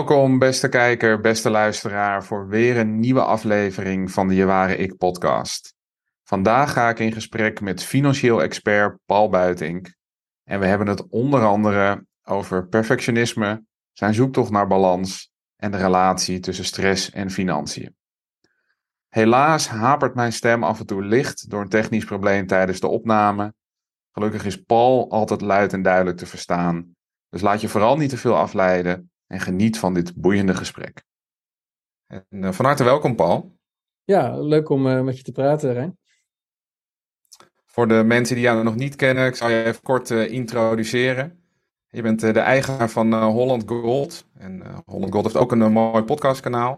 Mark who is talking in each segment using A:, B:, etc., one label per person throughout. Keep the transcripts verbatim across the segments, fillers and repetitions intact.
A: Welkom, beste kijker, beste luisteraar, voor weer een nieuwe aflevering van de Je Ware Ik podcast. Vandaag ga ik in gesprek met financieel expert Paul Buitink. En we hebben het onder andere over perfectionisme, zijn zoektocht naar balans en de relatie tussen stress en financiën. Helaas hapert mijn stem af en toe licht door een technisch probleem tijdens de opname. Gelukkig is Paul altijd luid en duidelijk te verstaan. Dus laat je vooral niet te veel afleiden en geniet van dit boeiende gesprek. En, uh, van harte welkom, Paul.
B: Ja, leuk om uh, met je te praten, Rijn.
A: Voor de mensen die jou nog niet kennen, ik zal je even kort uh, introduceren. Je bent uh, de eigenaar van uh, Holland Gold. En uh, Holland Gold heeft ook een uh, mooi podcastkanaal.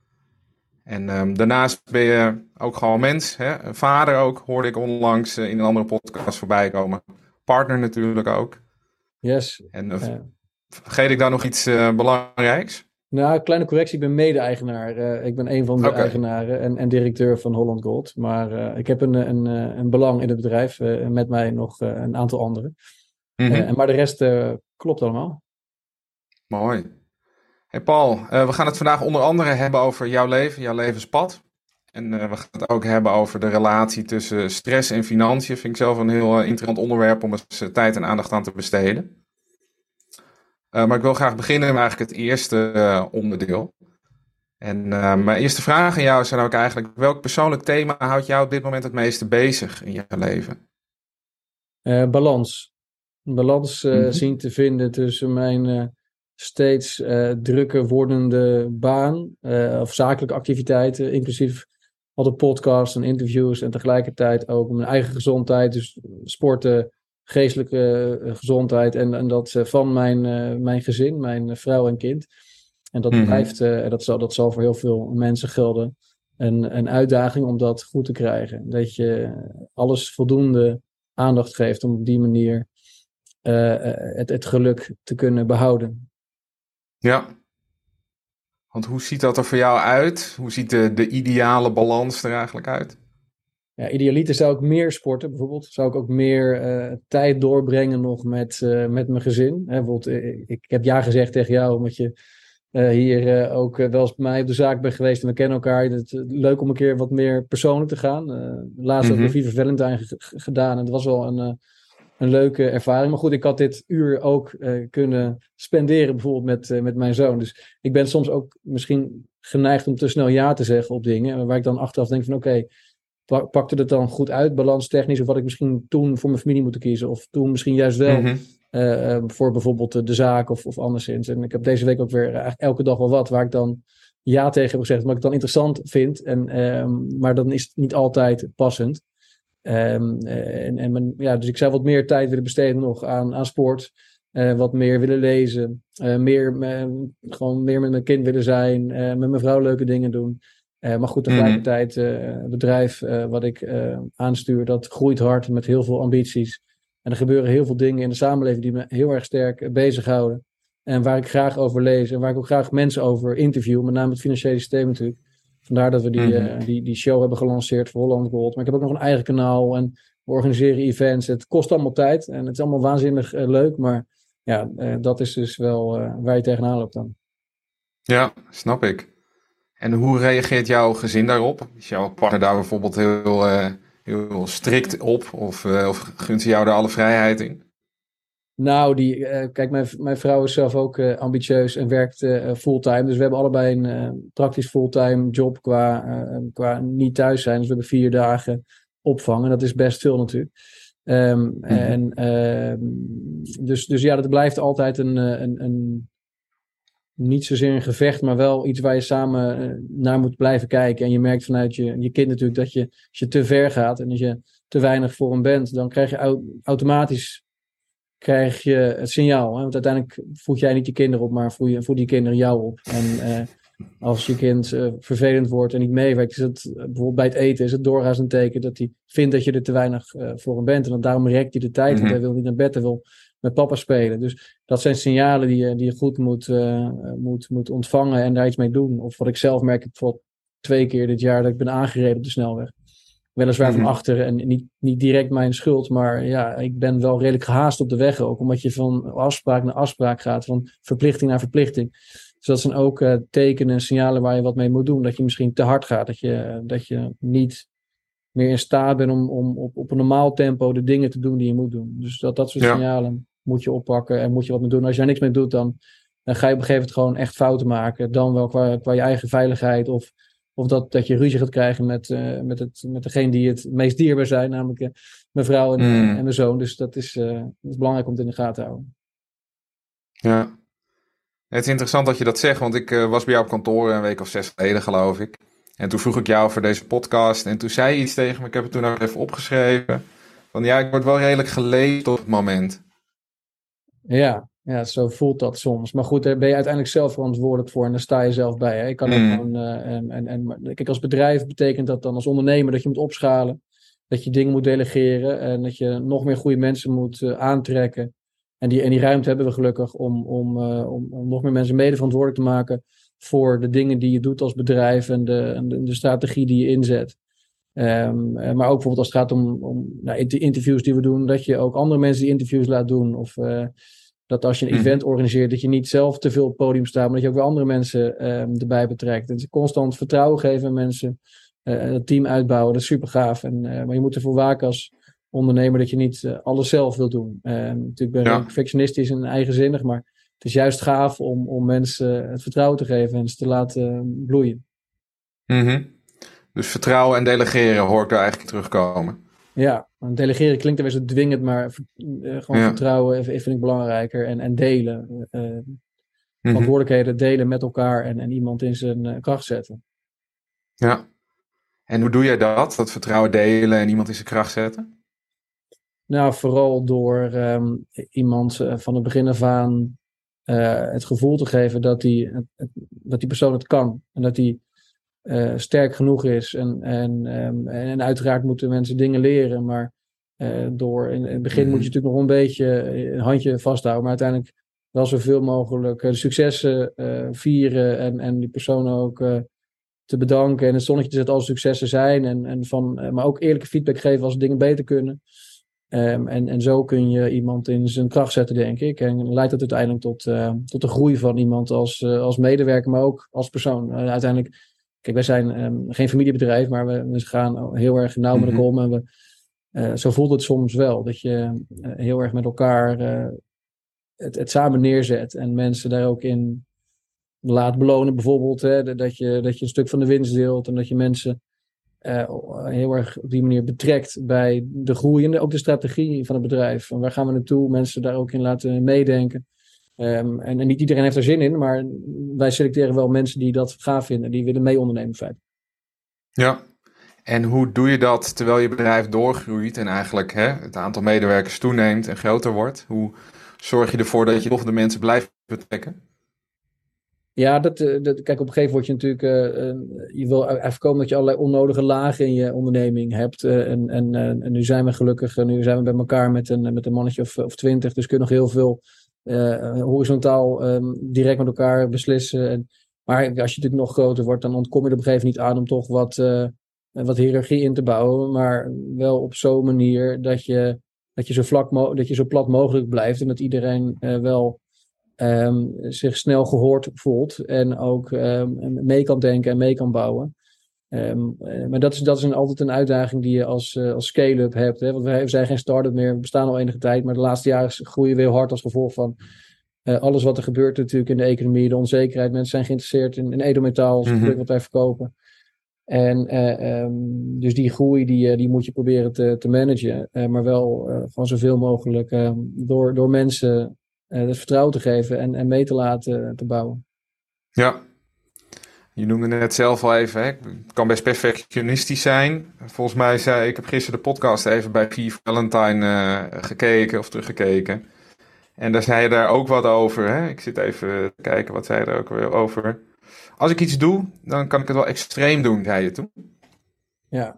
A: En um, daarnaast ben je ook gewoon mens, hè? Een vader ook, hoorde ik onlangs uh, in een andere podcast voorbij komen. Partner natuurlijk ook.
B: Yes.
A: En uh, uh. vergeet ik daar nog iets uh, belangrijks?
B: Nou, kleine correctie, ik ben mede-eigenaar. Uh, ik ben een van de okay. eigenaren en, en directeur van Holland Gold. Maar uh, ik heb een, een, een belang in het bedrijf, uh, met mij nog uh, een aantal anderen. Mm-hmm. Uh, maar de rest uh, klopt allemaal.
A: Mooi. Hey Paul, uh, we gaan het vandaag onder andere hebben over jouw leven, jouw levenspad. En uh, we gaan het ook hebben over de relatie tussen stress en financiën. Vind ik zelf een heel uh, interessant onderwerp om eens uh, tijd en aandacht aan te besteden. Uh, maar ik wil graag beginnen met eigenlijk het eerste uh, onderdeel. En uh, mijn eerste vraag aan jou is dan ook eigenlijk: welk persoonlijk thema houdt jou op dit moment het meeste bezig in je leven?
B: Uh, balans. Balans uh, mm-hmm. zien te vinden tussen mijn uh, steeds uh, drukker wordende baan uh, of zakelijke activiteiten, inclusief al de podcasts en interviews en tegelijkertijd ook mijn eigen gezondheid, dus sporten, geestelijke uh, gezondheid en, en dat uh, van mijn, uh, mijn gezin, mijn uh, vrouw en kind. En dat mm-hmm. blijft, uh, dat, zal, dat zal voor heel veel mensen gelden, een, een uitdaging om dat goed te krijgen. Dat je alles voldoende aandacht geeft om op die manier uh, het, het geluk te kunnen behouden.
A: Ja, want hoe ziet dat er voor jou uit? Hoe ziet de, de ideale balans er eigenlijk uit?
B: Ja, idealiter zou ik meer sporten bijvoorbeeld. Zou ik ook meer uh, tijd doorbrengen nog met, uh, met mijn gezin. Hè, bijvoorbeeld, ik, ik heb ja gezegd tegen jou, omdat je uh, hier uh, ook uh, wel eens bij mij op de zaak bent geweest en we kennen elkaar. Het is leuk om een keer wat meer persoonlijk te gaan. Uh, laatst mm-hmm. ook de Viva Valentine g- g- gedaan en dat was wel een, uh, een leuke ervaring. Maar goed, ik had dit uur ook uh, kunnen spenderen bijvoorbeeld met, uh, met mijn zoon. Dus ik ben soms ook misschien geneigd om te snel ja te zeggen op dingen. Waar ik dan achteraf denk van oké, okay, pakte het dan goed uit, balanstechnisch, of had ik misschien toen voor mijn familie moeten kiezen, of toen misschien juist wel mm-hmm. uh, voor bijvoorbeeld de, de zaak of, of anderszins. En ik heb deze week ook weer eigenlijk elke dag wel wat, waar ik dan ja tegen heb gezegd, wat ik dan interessant vind, en, um, maar dan is het niet altijd passend. Um, en, en mijn, ja, dus ik zou wat meer tijd willen besteden nog aan, aan sport, uh, wat meer willen lezen, uh, meer, uh, gewoon meer met mijn kind willen zijn, uh, met mijn vrouw leuke dingen doen. Uh, maar goed, tegelijkertijd uh, het bedrijf uh, wat ik uh, aanstuur, dat groeit hard met heel veel ambities. En er gebeuren heel veel dingen in de samenleving die me heel erg sterk uh, bezighouden. En waar ik graag over lees en waar ik ook graag mensen over interview, met name het financiële systeem natuurlijk. Vandaar dat we die, mm-hmm. uh, die, die show hebben gelanceerd voor Holland Gold. Maar ik heb ook nog een eigen kanaal en we organiseren events. Het kost allemaal tijd en het is allemaal waanzinnig uh, leuk. Maar ja, uh, dat is dus wel uh, waar je tegenaan loopt dan.
A: Ja, snap ik. En hoe reageert jouw gezin daarop? Is jouw partner daar bijvoorbeeld heel, uh, heel strikt op? Of, uh, of gunt ze jou daar alle vrijheid in?
B: Nou, die, uh, kijk, mijn, mijn vrouw is zelf ook uh, ambitieus en werkt uh, fulltime. Dus we hebben allebei een uh, praktisch fulltime job qua, uh, qua niet thuis zijn. Dus we hebben vier dagen opvang. En dat is best veel natuurlijk. Um, mm-hmm. en, uh, dus, dus ja, dat blijft altijd een... een, een niet zozeer een gevecht, maar wel iets waar je samen uh, naar moet blijven kijken. En je merkt vanuit je, je kind natuurlijk dat je, als je te ver gaat en als je te weinig voor hem bent, dan krijg je au- automatisch krijg je het signaal. Hè? Want uiteindelijk voed jij niet je kinderen op, maar voed je, voed die kinderen jou op. En uh, als je kind uh, vervelend wordt en niet meewerkt, is het uh, bijvoorbeeld bij het eten, is het doorgaans een teken dat hij vindt dat je er te weinig uh, voor hem bent. En dat daarom rekt hij de tijd, mm-hmm. want hij wil niet naar bed, hij wil met papa spelen. Dus dat zijn signalen die je, die je goed moet, uh, moet, moet ontvangen en daar iets mee doen. Of wat ik zelf merk, bijvoorbeeld twee keer dit jaar dat ik ben aangereden op de snelweg. Weliswaar mm-hmm. van achteren en niet, niet direct mijn schuld, maar ja, ik ben wel redelijk gehaast op de weg ook, omdat je van afspraak naar afspraak gaat, van verplichting naar verplichting. Dus dat zijn ook uh, tekenen en signalen waar je wat mee moet doen. Dat je misschien te hard gaat. Dat je, dat je niet meer in staat bent om, om op, op een normaal tempo de dingen te doen die je moet doen. Dus dat, dat soort ja. signalen moet je oppakken en moet je wat mee doen. Als je daar niks mee doet, dan, dan ga je op een gegeven moment gewoon echt fouten maken. Dan wel qua, qua je eigen veiligheid of, of dat, dat je ruzie gaat krijgen met, uh, met, het, met degene die het meest dierbaar zijn, namelijk uh, mijn vrouw en, mm. uh, en mijn zoon. Dus dat is, uh, dat is belangrijk om het in de gaten te houden.
A: Ja. Het is interessant dat je dat zegt, want ik uh, was bij jou op kantoor een week of zes geleden, geloof ik. En toen vroeg ik jou voor deze podcast en toen zei je iets tegen me. Ik heb het toen ook even opgeschreven. Van ja, ik word wel redelijk geleefd op het moment.
B: Ja, ja, zo voelt dat soms. Maar goed, daar ben je uiteindelijk zelf verantwoordelijk voor en daar sta je zelf bij. Hè? Je kan mm. ook gewoon, uh, en, en, en, kijk, als bedrijf betekent dat dan als ondernemer dat je moet opschalen. Dat je dingen moet delegeren en dat je nog meer goede mensen moet uh, aantrekken. En die, en die ruimte hebben we gelukkig om, om, uh, om, om nog meer mensen mede verantwoordelijk te maken voor de dingen die je doet als bedrijf en de, en de, de strategie die je inzet. Um, maar ook bijvoorbeeld als het gaat om, om nou, interviews die we doen, dat je ook andere mensen die interviews laat doen. Of uh, dat als je een event organiseert, dat je niet zelf te veel op het podium staat, maar dat je ook weer andere mensen um, erbij betrekt. En constant vertrouwen geven aan mensen, uh, het team uitbouwen, dat is super gaaf. En, uh, maar je moet ervoor waken als ondernemer dat je niet uh, alles zelf wil doen. Uh, natuurlijk ben ik ja. perfectionistisch en eigenzinnig, maar het is juist gaaf om, om mensen het vertrouwen te geven en ze te laten bloeien.
A: Mm-hmm. Dus vertrouwen en delegeren hoor ik daar eigenlijk terugkomen.
B: Ja, delegeren klinkt er weer zo dwingend, maar uh, gewoon ja. vertrouwen vind ik belangrijker. En, en delen. Uh, mm-hmm. Verantwoordelijkheden delen met elkaar en, en iemand in zijn uh, kracht zetten.
A: Ja. En hoe doe jij dat? Dat vertrouwen delen en iemand in zijn kracht zetten?
B: Nou, vooral door um, iemand uh, van het begin af aan uh, het gevoel te geven dat die, uh, dat die persoon het kan. En dat die uh, sterk genoeg is. En, en, um, en uiteraard moeten mensen dingen leren. Maar uh, door in, in het begin mm-hmm. moet je natuurlijk nog een beetje een handje vasthouden. Maar uiteindelijk wel zoveel mogelijk uh, de successen uh, vieren. En, en die persoon ook uh, te bedanken. En het zonnetje te zetten als successen zijn. En, en van, uh, maar ook eerlijke feedback geven als dingen beter kunnen. Um, en, en zo kun je iemand in zijn kracht zetten, denk ik. En leidt dat uiteindelijk tot, uh, tot de groei van iemand als, uh, als medewerker, maar ook als persoon. Uh, uiteindelijk, kijk, wij zijn um, geen familiebedrijf, maar we, we gaan heel erg nauw met elkaar om. En we, uh, zo voelt het soms wel, dat je uh, heel erg met elkaar uh, het, het samen neerzet. En mensen daar ook in laat belonen, bijvoorbeeld. Hè, dat, je, dat je een stuk van de winst deelt en dat je mensen Uh, heel erg op die manier betrekt bij de groei en ook de strategie van het bedrijf. En waar gaan we naartoe? Mensen daar ook in laten meedenken. Um, en, en niet iedereen heeft er zin in, maar wij selecteren wel mensen die dat gaaf vinden, die willen mee ondernemen in feite.
A: Ja, en hoe doe je dat terwijl je bedrijf doorgroeit en eigenlijk hè, het aantal medewerkers toeneemt en groter wordt? Hoe zorg je ervoor dat je toch de mensen blijft betrekken?
B: Ja, dat, dat, kijk, op een gegeven moment word je natuurlijk, uh, uh, je wil voorkomen dat je allerlei onnodige lagen in je onderneming hebt. Uh, en, en, uh, en nu zijn we gelukkig, uh, nu zijn we bij elkaar met een, met een mannetje of, of twintig, dus kunnen nog heel veel uh, horizontaal um, direct met elkaar beslissen. En, maar als je natuurlijk nog groter wordt, dan ontkom je er op een gegeven moment niet aan om toch wat, uh, wat hiërarchie in te bouwen. Maar wel op zo'n manier dat je, dat je, zo, vlak mo- dat je zo plat mogelijk blijft en dat iedereen uh, wel Um, zich snel gehoord voelt en ook um, mee kan denken en mee kan bouwen. Um, uh, maar dat is, dat is een, altijd een uitdaging die je als, uh, als scale-up hebt. Hè? Want we zijn geen start-up meer, we bestaan al enige tijd, maar de laatste jaren groeien we heel hard als gevolg van uh, alles wat er gebeurt natuurlijk in de economie, de onzekerheid. Mensen zijn geïnteresseerd in, in edelmetaal, als product wat wij verkopen. En uh, um, dus die groei die, die moet je proberen te, te managen, uh, maar wel uh, gewoon zoveel mogelijk uh, door, door mensen Uh, het vertrouwen te geven en, en mee te laten te bouwen.
A: Ja, je noemde net zelf al even, hè? Het kan best perfectionistisch zijn. Volgens mij zei ik, heb gisteren de podcast even bij P. Valentine uh, gekeken of teruggekeken. En daar zei je daar ook wat over. Hè? Ik zit even te kijken, wat zei je daar ook weer over? Als ik iets doe, dan kan ik het wel extreem doen, zei je toen.
B: Ja.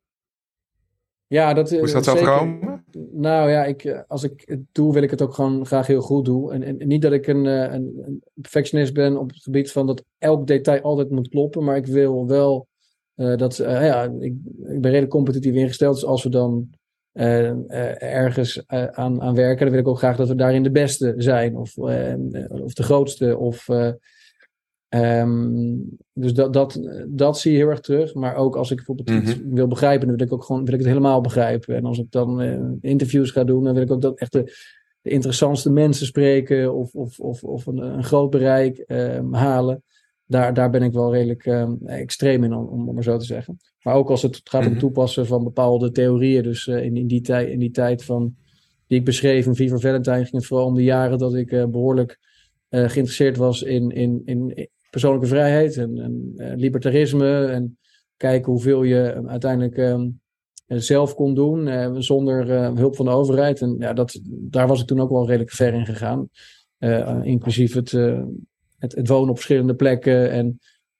B: Ja, dat,
A: Hoe is dat zo gekomen?
B: Nou ja, ik, als ik het doe, wil ik het ook gewoon graag heel goed doen. En, en niet dat ik een, een, een perfectionist ben op het gebied van dat elk detail altijd moet kloppen. Maar ik wil wel uh, dat, uh, ja, ik, ik ben redelijk competitief ingesteld. Dus als we dan uh, uh, ergens uh, aan, aan werken, dan wil ik ook graag dat we daarin de beste zijn. Of, uh, of de grootste. Of, uh, Um, dus dat, dat, dat zie je heel erg terug. Maar ook als ik bijvoorbeeld
A: Mm-hmm.
B: iets wil begrijpen, dan wil ik ook gewoon wil ik het helemaal begrijpen. En als ik dan uh, interviews ga doen, dan wil ik ook dat echt de, de interessantste mensen spreken of, of, of, of een, een groot bereik um, halen. Daar, daar ben ik wel redelijk um, extreem in, om, om maar zo te zeggen. Maar ook als het gaat om
A: Mm-hmm.
B: toepassen van bepaalde theorieën. Dus uh, in, in, die tij, in die tijd van, die ik beschreef in V for Valentine, ging het vooral om de jaren dat ik uh, behoorlijk uh, geïnteresseerd was in, in, in persoonlijke vrijheid en, en uh, libertarisme. En kijken hoeveel je uh, uiteindelijk um, zelf kon doen uh, zonder uh, hulp van de overheid. En ja, dat, daar was ik toen ook wel redelijk ver in gegaan. Uh, inclusief het... Uh, Het, het wonen op verschillende plekken. En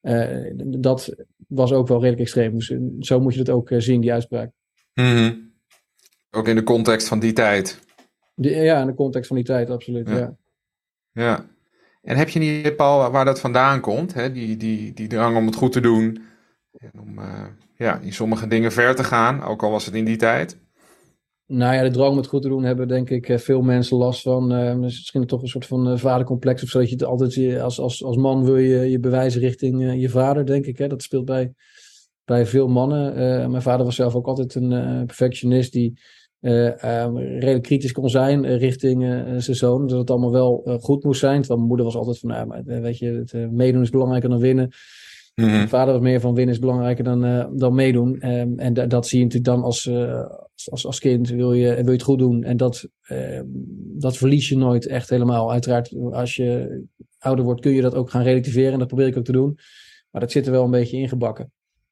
B: uh, dat was ook wel redelijk extreem. Dus uh, zo moet je dat ook uh, zien, die uitspraak.
A: Mm-hmm. Ook in de context van die tijd.
B: Die, ja, in de context van die tijd, absoluut. Ja.
A: Ja. ja. En heb je niet, Paul, waar dat vandaan komt? Hè? Die, die, die drang om het goed te doen. En om uh, ja, in sommige dingen ver te gaan. Ook al was het in die tijd.
B: Nou ja, de drang om het goed te doen hebben denk ik veel mensen last van. Uh, misschien toch een soort van uh, vadercomplex of zo. Dat je het altijd als, als, als man wil je je bewijzen richting uh, je vader, denk ik. Hè? Dat speelt bij, bij veel mannen. Uh, mijn vader was zelf ook altijd een uh, perfectionist die uh, uh, redelijk kritisch kon zijn uh, richting uh, zijn zoon. Dat het allemaal wel uh, goed moest zijn. Terwijl mijn moeder was altijd van, nou, maar, weet je, het uh, meedoen is belangrijker dan winnen. Mm-hmm. Mijn vader was meer van winnen is belangrijker dan, uh, dan meedoen. Um, en d- dat zie je natuurlijk dan als, uh, als, als kind. Wil je, wil je het goed doen. En dat, uh, dat verlies je nooit echt helemaal. Uiteraard, als je ouder wordt kun je dat ook gaan relativeren. En dat probeer ik ook te doen. Maar dat zit er wel een beetje ingebakken.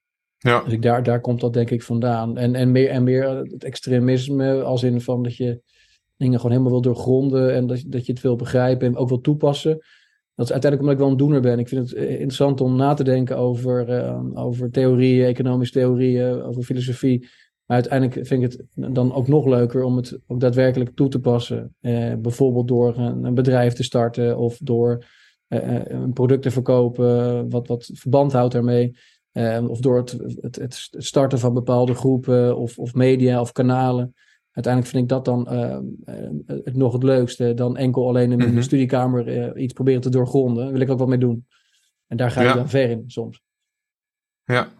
A: Ja.
B: Dus ik, daar, daar komt dat denk ik vandaan. En, en, meer, en meer het extremisme als in van dat je dingen gewoon helemaal wil doorgronden. En dat, dat je het wil begrijpen en ook wil toepassen. Dat is uiteindelijk omdat ik wel een doener ben. Ik vind het interessant om na te denken over, uh, over theorieën, economische theorieën, over filosofie. Maar uiteindelijk vind ik het dan ook nog leuker om het ook daadwerkelijk toe te passen. Uh, bijvoorbeeld door een, een bedrijf te starten of door uh, een product te verkopen wat, wat verband houdt daarmee. Uh, of door het, het, het starten van bepaalde groepen of, of media of kanalen. Uiteindelijk vind ik dat dan uh, uh, het nog het leukste. Dan enkel alleen in
A: Mm-hmm.
B: de studiekamer uh, iets proberen te doorgronden. Daar wil ik ook wat mee doen. En daar ga je
A: ja.
B: dan ver in soms.
A: Ja.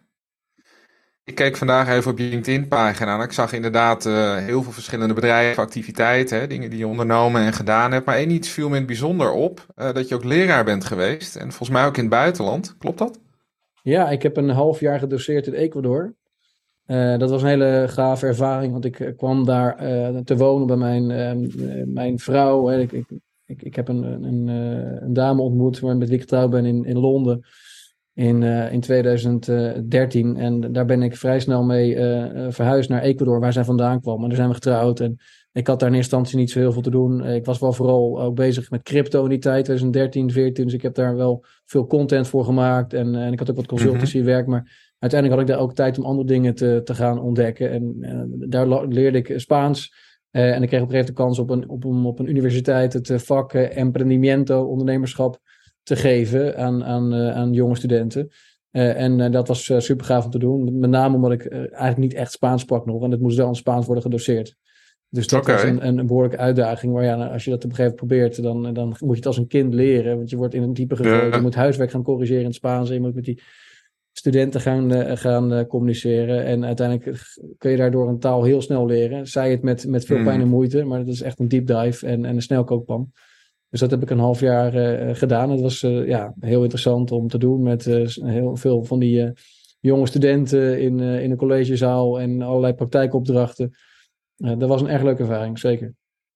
A: Ik keek vandaag even op je LinkedIn-pagina. En ik zag inderdaad uh, heel veel verschillende bedrijven, activiteiten. Hè, dingen die je ondernomen en gedaan hebt. Maar één iets viel me in het bijzonder op. Uh, dat je ook leraar bent geweest. En volgens mij ook in het buitenland. Klopt dat?
B: Ja, ik heb een half jaar gedoseerd in Ecuador. Uh, dat was een hele gave ervaring, want ik uh, kwam daar uh, te wonen bij mijn, uh, mijn vrouw. Hè. Ik, ik, ik, ik heb een, een, uh, een dame ontmoet met wie ik getrouwd ben in, in Londen in, uh, in twintig dertien. En daar ben ik vrij snel mee uh, verhuisd naar Ecuador, waar zij vandaan kwam. En daar zijn we getrouwd en ik had daar in eerste instantie niet zo heel veel te doen. Ik was wel vooral ook bezig met crypto in die tijd, twintig dertien, veertien. Dus ik heb daar wel veel content voor gemaakt en, en ik had ook wat consultancywerk, maar uiteindelijk had ik daar ook tijd om andere dingen te, te gaan ontdekken. En uh, daar la- leerde ik Spaans. Uh, en ik kreeg op een gegeven moment de kans op een, op een, op een universiteit het uh, vak uh, emprendimiento, ondernemerschap, te geven aan, aan, uh, aan jonge studenten. Uh, en uh, dat was uh, super gaaf om te doen. Met name omdat ik uh, eigenlijk niet echt Spaans sprak nog. En het moest wel in Spaans worden gedoseerd. Dus dat
A: okay.
B: was een, een, een behoorlijke uitdaging. Maar ja, als je dat op een gegeven moment probeert, dan, dan moet je het als een kind leren. Want je wordt in een type gegooid. Ja. Je moet huiswerk gaan corrigeren in het Spaans. En je moet met die studenten gaan, uh, gaan uh, communiceren. En uiteindelijk kun je daardoor een taal heel snel leren. Zij het met, met veel pijn en moeite. Maar dat is echt een deep dive en, en een snelkookpan. Dus dat heb ik een half jaar uh, gedaan. Het was uh, ja, heel interessant om te doen. Met uh, heel veel van die uh, jonge studenten in, uh, in een collegezaal. En allerlei praktijkopdrachten. Uh, dat was een erg leuke ervaring, zeker.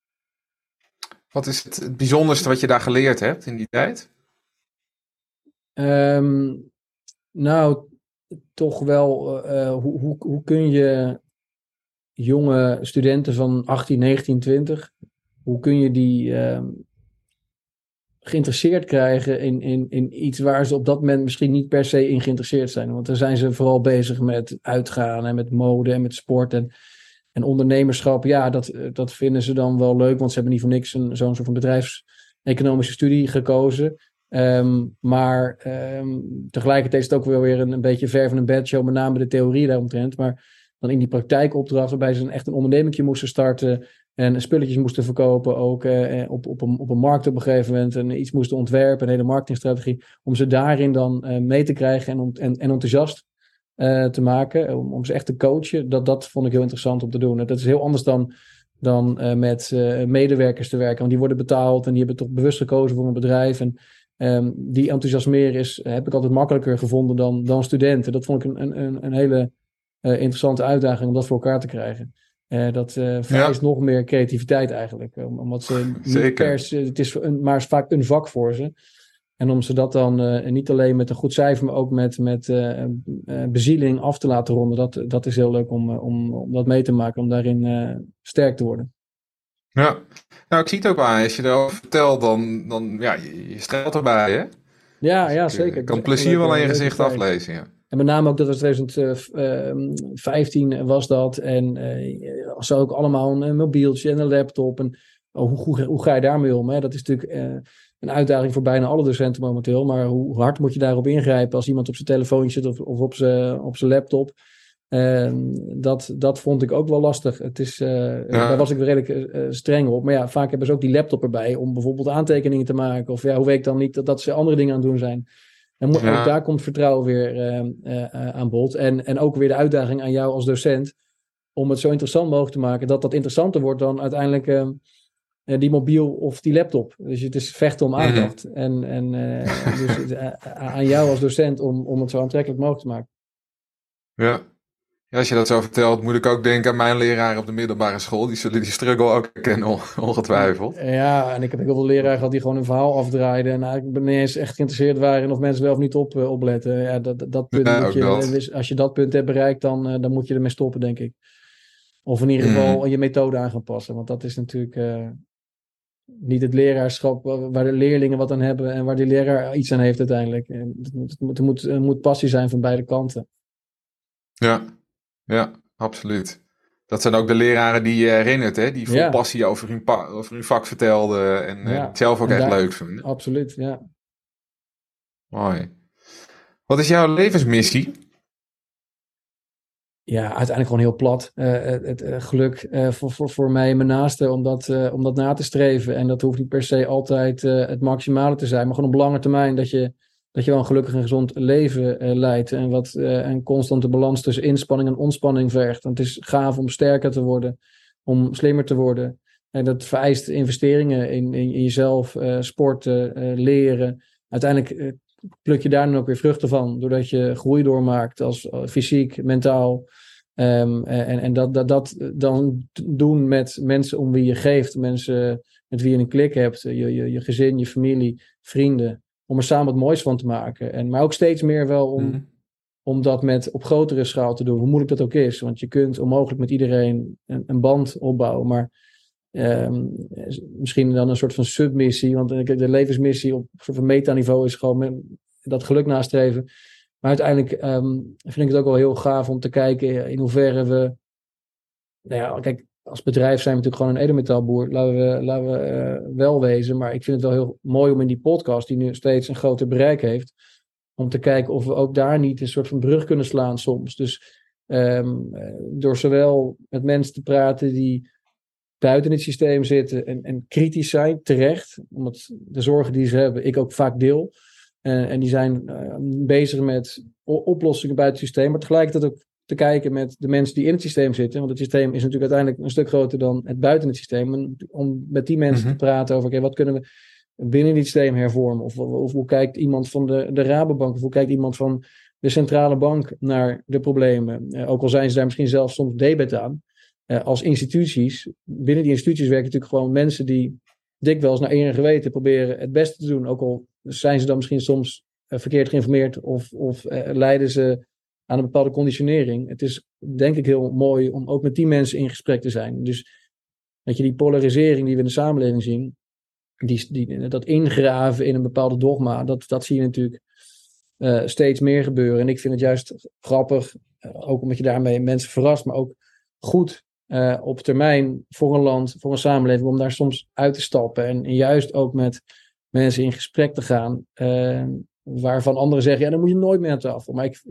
A: Wat is het, het bijzonderste wat je daar geleerd hebt in die tijd?
B: Um, nou, toch wel, uh, hoe, hoe, hoe kun je jonge studenten van achttien, negentien, twintig, hoe kun je die uh, geïnteresseerd krijgen in, in, in iets waar ze op dat moment misschien niet per se in geïnteresseerd zijn. Want dan zijn ze vooral bezig met uitgaan en met mode en met sport en, en ondernemerschap. Ja, dat, dat vinden ze dan wel leuk, want ze hebben niet voor niks een, zo'n soort van bedrijfseconomische studie gekozen. Um, maar um, tegelijkertijd is het ook wel weer een, een beetje verven en bedshow, met name de theorie daaromtrent. Maar dan in die praktijkopdracht, waarbij ze een, echt een onderneming moesten starten en spulletjes moesten verkopen, ook uh, op, op, een, op een markt op een gegeven moment en iets moesten ontwerpen, een hele marketingstrategie, om ze daarin dan uh, mee te krijgen en, en, en enthousiast uh, te maken, om, om ze echt te coachen. Dat, dat vond ik heel interessant om te doen. Dat is heel anders dan, dan uh, met uh, medewerkers te werken, want die worden betaald en die hebben toch bewust gekozen voor een bedrijf en um, die enthousiasmeren is, heb ik altijd makkelijker gevonden dan, dan studenten. Dat vond ik een, een, een hele uh, interessante uitdaging om dat voor elkaar te krijgen. Uh, dat uh, vereist ja. nog meer creativiteit eigenlijk. Um, omdat ze niet pers, het is een, maar vaak een vak voor ze. En om ze dat dan uh, niet alleen met een goed cijfer, maar ook met, met uh, uh, bezieling af te laten ronden. Dat, dat is heel leuk om, uh, om, om dat mee te maken, om daarin uh, sterk te worden.
A: Ja, nou ik zie het ook aan. Als je erover vertelt, dan, dan ja, je, je stelt erbij, hè?
B: Ja, ja
A: dus
B: zeker.
A: Ik kan plezier wel aan je gezicht aflezen, ja.
B: En met name ook dat was twintig vijftien was dat. En uh, ze ook allemaal een mobieltje en een laptop. En oh, hoe, hoe, hoe ga je daarmee om? Hè? Dat is natuurlijk uh, een uitdaging voor bijna alle docenten momenteel. Maar hoe hard moet je daarop ingrijpen als iemand op zijn telefoontje zit of, of op zijn op zijn laptop? Uh, dat, dat vond ik ook wel lastig. Het is, uh, ja. Daar was ik redelijk uh, streng op. Maar ja, vaak hebben ze ook die laptop erbij om bijvoorbeeld aantekeningen te maken. Of ja, hoe weet ik dan niet dat, dat ze andere dingen aan het doen zijn? En moet, ja. Ook daar komt vertrouwen weer uh, uh, aan bod. En, en ook weer de uitdaging aan jou als docent om het zo interessant mogelijk te maken dat dat interessanter wordt dan uiteindelijk uh, uh, die mobiel of die laptop. Dus het is vechten om aandacht. Mm-hmm. En, en uh, dus uh, aan jou als docent om, om het zo aantrekkelijk mogelijk te maken.
A: Ja. Ja, als je dat zo vertelt, moet ik ook denken aan mijn leraar op de middelbare school. Die zullen die struggle ook herkennen, ongetwijfeld.
B: Ja, en ik heb heel veel leraren gehad die gewoon een verhaal afdraaiden. En eigenlijk niet eens echt geïnteresseerd waren in of mensen wel of niet op, uh, opletten. Ja, dat, dat punt ja, moet je, dat. Als je dat punt hebt bereikt, dan, uh, dan moet je ermee stoppen, denk ik. Of in ieder geval mm. je methode aan gaan passen. Want dat is natuurlijk uh, niet het leraarschap waar de leerlingen wat aan hebben en waar de leraar iets aan heeft uiteindelijk. Het moet, het moet, het moet, het moet passie zijn van beide kanten.
A: Ja. Ja, absoluut. Dat zijn ook de leraren die je herinnert, hè? Die vol ja. passie over hun, pa- over hun vak vertelden en ja. het zelf ook en echt daar, leuk vinden.
B: Absoluut, ja.
A: Mooi. Wat is jouw levensmissie?
B: Ja, uiteindelijk gewoon heel plat. Uh, het, het uh, geluk uh, voor, voor, voor mij en mijn naasten om dat, uh, om dat na te streven. En dat hoeft niet per se altijd uh, het maximale te zijn, maar gewoon op lange termijn dat je... dat je wel een gelukkig en gezond leven uh, leidt. En wat uh, een constante balans tussen inspanning en ontspanning vergt. Want het is gaaf om sterker te worden. Om slimmer te worden. En dat vereist investeringen in, in, in jezelf. Uh, sporten, uh, leren. Uiteindelijk uh, pluk je daar dan ook weer vruchten van. Doordat je groei doormaakt. Als uh, fysiek, mentaal. Um, en en dat, dat, dat dan doen met mensen om wie je geeft. Mensen met wie je een klik hebt. Je, je, je gezin, je familie, vrienden. Om er samen het moois van te maken. En, maar ook steeds meer wel om, mm. om dat met op grotere schaal te doen. Hoe moeilijk dat ook is. Want je kunt onmogelijk met iedereen een, een band opbouwen. Maar um, misschien dan een soort van submissie. Want de levensmissie op een soort van metaniveau is gewoon met dat geluk nastreven. Maar uiteindelijk um, vind ik het ook wel heel gaaf om te kijken in hoeverre we... Nou ja, kijk... Als bedrijf zijn we natuurlijk gewoon een edelmetaalboer. Laten we, laten we uh, wel wezen. Maar ik vind het wel heel mooi om in die podcast, die nu steeds een groter bereik heeft, om te kijken of we ook daar niet een soort van brug kunnen slaan soms. Dus um, door zowel met mensen te praten die buiten het systeem zitten en, en kritisch zijn, terecht. Omdat de zorgen die ze hebben, ik ook vaak deel. Uh, en die zijn uh, bezig met oplossingen buiten het systeem. Maar tegelijkertijd ook te kijken met de mensen die in het systeem zitten. Want het systeem is natuurlijk uiteindelijk een stuk groter dan het buiten het systeem. En om met die mensen mm-hmm. te praten over, oké, okay, wat kunnen we binnen dit systeem hervormen? Of, of, of hoe kijkt iemand van de, de Rabobank? Of hoe kijkt iemand van de centrale bank naar de problemen? Uh, ook al zijn ze daar misschien zelfs soms debet aan. Uh, als instituties, binnen die instituties werken natuurlijk gewoon mensen die dikwijls naar eer en geweten proberen het beste te doen. Ook al zijn ze dan misschien soms uh, verkeerd geïnformeerd of, of uh, leiden ze aan een bepaalde conditionering. Het is denk ik heel mooi om ook met die mensen in gesprek te zijn. Dus dat je die polarisering die we in de samenleving zien, die, die, dat ingraven in een bepaalde dogma, dat, dat zie je natuurlijk uh, steeds meer gebeuren. En ik vind het juist grappig, uh, ook omdat je daarmee mensen verrast, maar ook goed uh, op termijn voor een land, voor een samenleving, om daar soms uit te stappen. En, en juist ook met mensen in gesprek te gaan, uh, waarvan anderen zeggen, ja, dan moet je nooit meer aan tafel. Maar ik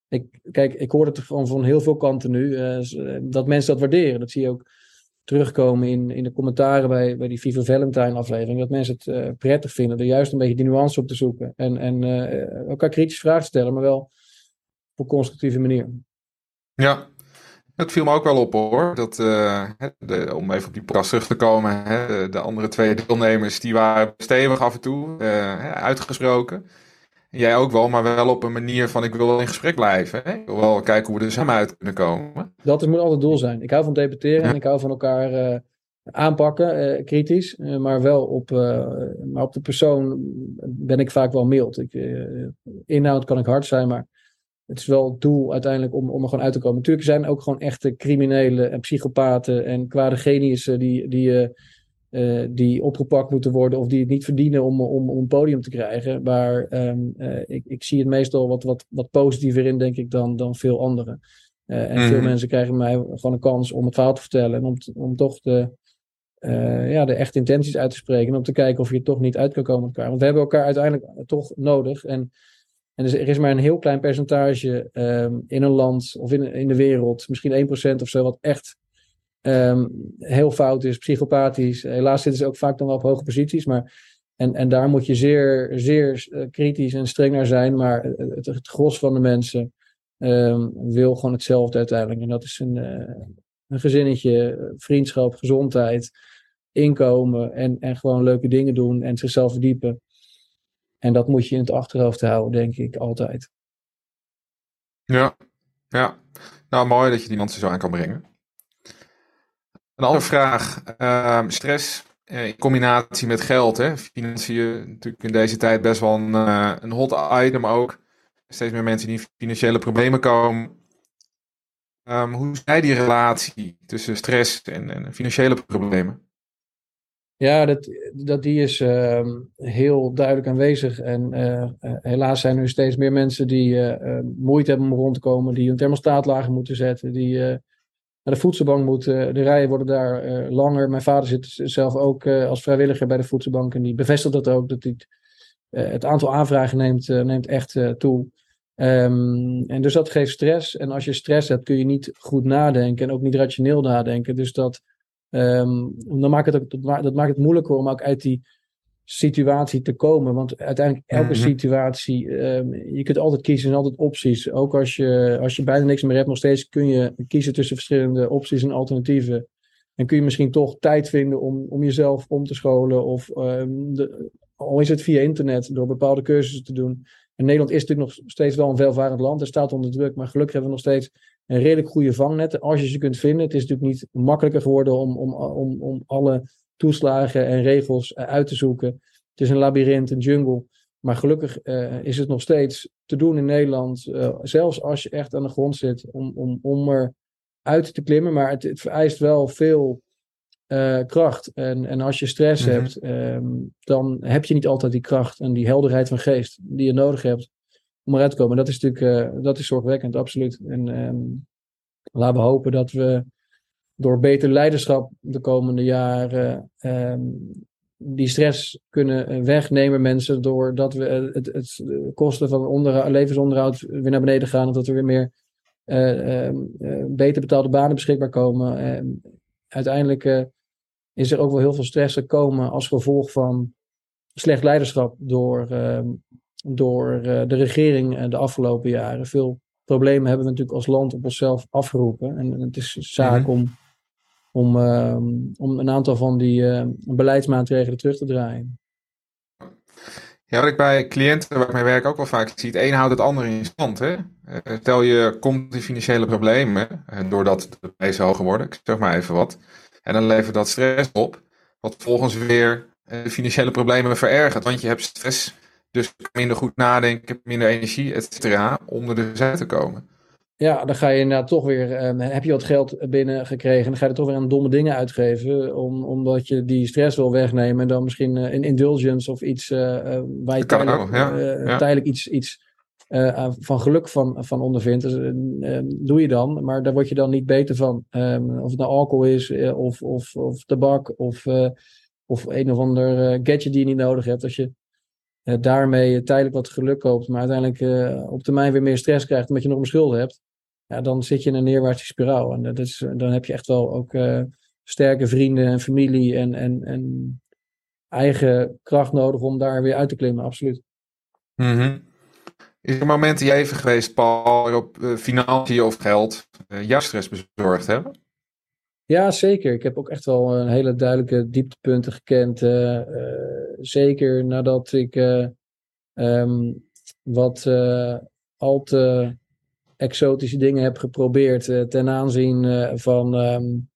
B: ik, kijk, ik hoor het van, van heel veel kanten nu, uh, dat mensen dat waarderen. Dat zie je ook terugkomen in, in de commentaren bij, bij die Viva Valentine aflevering. Dat mensen het uh, prettig vinden er juist een beetje die nuance op te zoeken. En, en uh, elkaar kritisch vragen te stellen, maar wel op een constructieve manier.
A: Ja, het viel me ook wel op hoor. Dat, uh, de, om even op die podcast terug te komen. Hè, de, de andere twee deelnemers die waren stevig af en toe uh, uitgesproken. Jij ook wel, maar wel op een manier van ik wil wel in gesprek blijven. Hè? Ik wil wel kijken hoe we er samen uit kunnen komen.
B: Dat is, moet altijd het doel zijn. Ik hou van debatteren ja. en ik hou van elkaar uh, aanpakken, uh, kritisch. Uh, maar wel op, uh, maar op de persoon ben ik vaak wel mild. Ik, uh, inhoud kan ik hard zijn, maar het is wel het doel uiteindelijk om, om er gewoon uit te komen. Natuurlijk zijn er ook gewoon echte criminelen en psychopaten en kwade geniussen die... die uh, Uh, die opgepakt moeten worden of die het niet verdienen om, om, om een podium te krijgen. Maar um, uh, ik, ik zie het meestal wat, wat, wat positiever in, denk ik, dan, dan veel anderen. Uh, en mm. veel mensen krijgen mij gewoon een kans om het verhaal te vertellen en om, t, om toch de, uh, ja, de echte intenties uit te spreken en om te kijken of je toch niet uit kan komen met elkaar. Want we hebben elkaar uiteindelijk toch nodig. En, en er is maar een heel klein percentage um, in een land of in, in de wereld, misschien één procent of zo, wat echt Um, heel fout is, psychopathisch. Helaas zitten ze ook vaak dan wel op hoge posities. Maar, en, en daar moet je zeer, zeer uh, kritisch en streng naar zijn. Maar het, het gros van de mensen um, wil gewoon hetzelfde uiteindelijk. En dat is een, uh, een gezinnetje, vriendschap, gezondheid, inkomen. En, en gewoon leuke dingen doen en zichzelf verdiepen. En dat moet je in het achterhoofd houden, denk ik, altijd.
A: Ja, ja. Nou, mooi dat je die mensen zo aan kan brengen. Een andere vraag, uh, stress uh, in combinatie met geld. Hè? Financiën natuurlijk in deze tijd best wel een, uh, een hot item ook. Steeds meer mensen die in financiële problemen komen. Um, hoe is jij die relatie tussen stress en, en financiële problemen?
B: Ja, dat, dat die is uh, heel duidelijk aanwezig. En uh, uh, helaas zijn er steeds meer mensen die uh, uh, moeite hebben om rond te komen. Die hun thermostaat lager moeten zetten. Die... Uh, naar de voedselbank moeten. De rijen worden daar uh, langer. Mijn vader zit zelf ook uh, als vrijwilliger bij de voedselbank. En die bevestigt dat ook. Dat die, uh, het aantal aanvragen neemt, uh, neemt echt uh, toe. Um, en dus dat geeft stress. En als je stress hebt kun je niet goed nadenken. En ook niet rationeel nadenken. Dus dat, um, dan maakt het ook, dat maakt het moeilijker om ook uit die situatie te komen. Want uiteindelijk elke mm-hmm. situatie, um, je kunt altijd kiezen en altijd opties. Ook als je, als je bijna niks meer hebt, nog steeds kun je kiezen tussen verschillende opties en alternatieven. En kun je misschien toch tijd vinden om, om jezelf om te scholen. Of um, de, al is het via internet, door bepaalde cursussen te doen. En Nederland is natuurlijk nog steeds wel een welvarend land. Er staat onder druk, maar gelukkig hebben we nog steeds een redelijk goede vangnet. Als je ze kunt vinden. Het is natuurlijk niet makkelijker geworden om, om, om, om alle toeslagen en regels uit te zoeken. Het is een labyrint, een jungle. Maar gelukkig uh, is het nog steeds te doen in Nederland. Uh, zelfs als je echt aan de grond zit. Om, om, om er uit te klimmen. Maar het, het vereist wel veel uh, kracht. En, en als je stress mm-hmm. hebt. Um, dan heb je niet altijd die kracht. En die helderheid van geest. Die je nodig hebt. Om eruit te komen. Dat is natuurlijk uh, dat is zorgwekkend. Absoluut. En um, laten we hopen dat we door beter leiderschap de komende jaren um, die stress kunnen wegnemen mensen, doordat we het, het kosten van onderhoud, levensonderhoud weer naar beneden gaan, of dat er weer meer uh, uh, beter betaalde banen beschikbaar komen. Uh, uiteindelijk uh, is er ook wel heel veel stress gekomen als gevolg van slecht leiderschap door, uh, door uh, de regering de afgelopen jaren. Veel problemen hebben we natuurlijk als land op onszelf afgeroepen. En het is zaak mm-hmm. om Om, uh, om een aantal van die uh, beleidsmaatregelen terug te draaien.
A: Ja, wat ik bij cliënten waar ik mee werk ook wel vaak zie, het een houdt het ander in stand. Hè? Uh, stel je komt in financiële problemen, uh, doordat de prijzen hoger worden, ik zeg maar even wat. En dan levert dat stress op, wat volgens weer uh, de financiële problemen verergert. Want je hebt stress, dus minder goed nadenken, minder energie, et cetera, om er dus uit te komen.
B: Ja, dan ga je inderdaad toch weer, um, heb je wat geld binnengekregen, dan ga je er toch weer aan domme dingen uitgeven, om, omdat je die stress wil wegnemen en dan misschien uh, een indulgence of iets uh, uh, waar je tijdelijk, ook, ja. uh, ja. tijdelijk iets, iets uh, van geluk van, van ondervindt. Dus, uh, uh, doe je dan, maar daar word je dan niet beter van. Um, of het nou alcohol is, uh, of, of, of tabak, of, uh, of een of ander uh, gadget die je niet nodig hebt. Als je uh, daarmee tijdelijk wat geluk koopt, maar uiteindelijk uh, op termijn weer meer stress krijgt omdat je nog een schulden hebt, ja, dan zit je in een neerwaartse spiraal. En dat is, dan heb je echt wel ook uh, sterke vrienden en familie en, en, en eigen kracht nodig om daar weer uit te klimmen, absoluut.
A: Mm-hmm. Is er momenten even geweest, Paul, waarop uh, financiën of geld uh, jouw stress bezorgd hebben?
B: Ja, zeker. Ik heb ook echt wel een hele duidelijke dieptepunten gekend. Uh, uh, zeker nadat ik uh, um, wat uh, al te exotische dingen heb geprobeerd uh, ten aanzien uh, van um,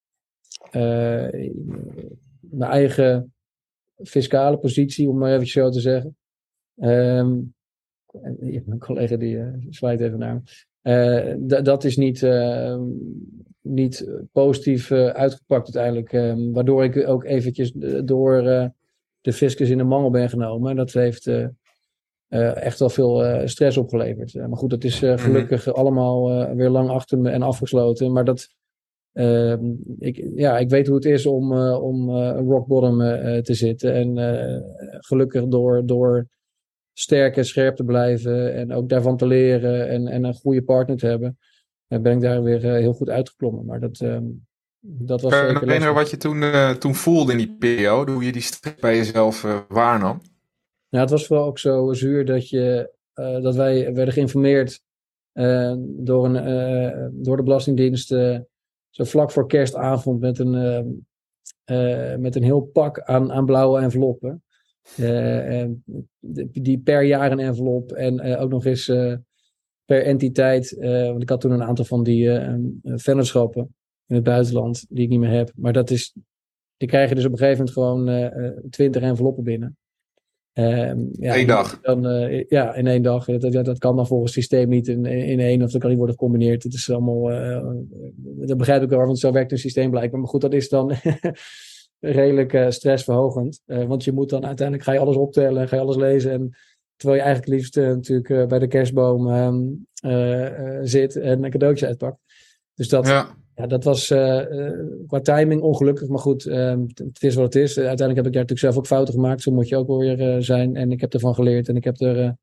B: uh, mijn eigen fiscale positie, om maar even zo te zeggen. Um, mijn collega die uh, zwaait even naar me. Uh, d- dat is niet, uh, niet positief uh, uitgepakt uiteindelijk. Um, waardoor ik ook eventjes door uh, de fiscus in de mangel ben genomen. En dat heeft uh, uh, echt wel veel uh, stress opgeleverd. Uh, maar goed, dat is uh, gelukkig mm-hmm. allemaal uh, weer lang achter me en afgesloten. Maar dat, uh, ik, ja, ik weet hoe het is om, uh, om uh, rock bottom uh, te zitten. En uh, gelukkig door... door sterk en scherp te blijven en ook daarvan te leren en, en een goede partner te hebben, dan ben ik daar weer uh, heel goed uitgeklommen. Maar dat, um, dat was
A: Kan je
B: zeker
A: nog herinneren wat je toen, uh, toen voelde in die periode, hoe je die stress bij jezelf uh, waarnam?
B: Nou, het was vooral ook zo zuur dat, je, uh, dat wij werden geïnformeerd uh, door, een, uh, door de Belastingdienst uh, zo vlak voor kerstavond met een, uh, uh, met een heel pak aan, aan blauwe enveloppen. Uh, die per jaar een envelop en uh, ook nog eens uh, per entiteit. Uh, want ik had toen een aantal van die uh, vennootschappen in het buitenland die ik niet meer heb. Maar dat is, die krijgen dus op een gegeven moment gewoon twintig uh, enveloppen binnen. Uh, ja,
A: Eén dag?
B: Dan, uh, ja, in één dag. Dat, dat, dat kan dan volgens het systeem niet in, in één of dat kan niet worden gecombineerd. Het is allemaal, uh, dat begrijp ik wel, want zo werkt een systeem blijkbaar. Maar goed, dat is dan... redelijk uh, stressverhogend. Uh, want je moet dan uiteindelijk ga je alles optellen, ga je alles lezen. En terwijl je eigenlijk liefst uh, natuurlijk uh, bij de kerstboom um, uh, uh, zit en een cadeautje uitpakt. Dus dat, ja. Ja, dat was uh, uh, qua timing ongelukkig. Maar goed, um, het is wat het is. Uh, uiteindelijk heb ik daar natuurlijk zelf ook fouten gemaakt. Zo moet je ook wel weer uh, zijn. En ik heb ervan geleerd en ik heb er... Uh,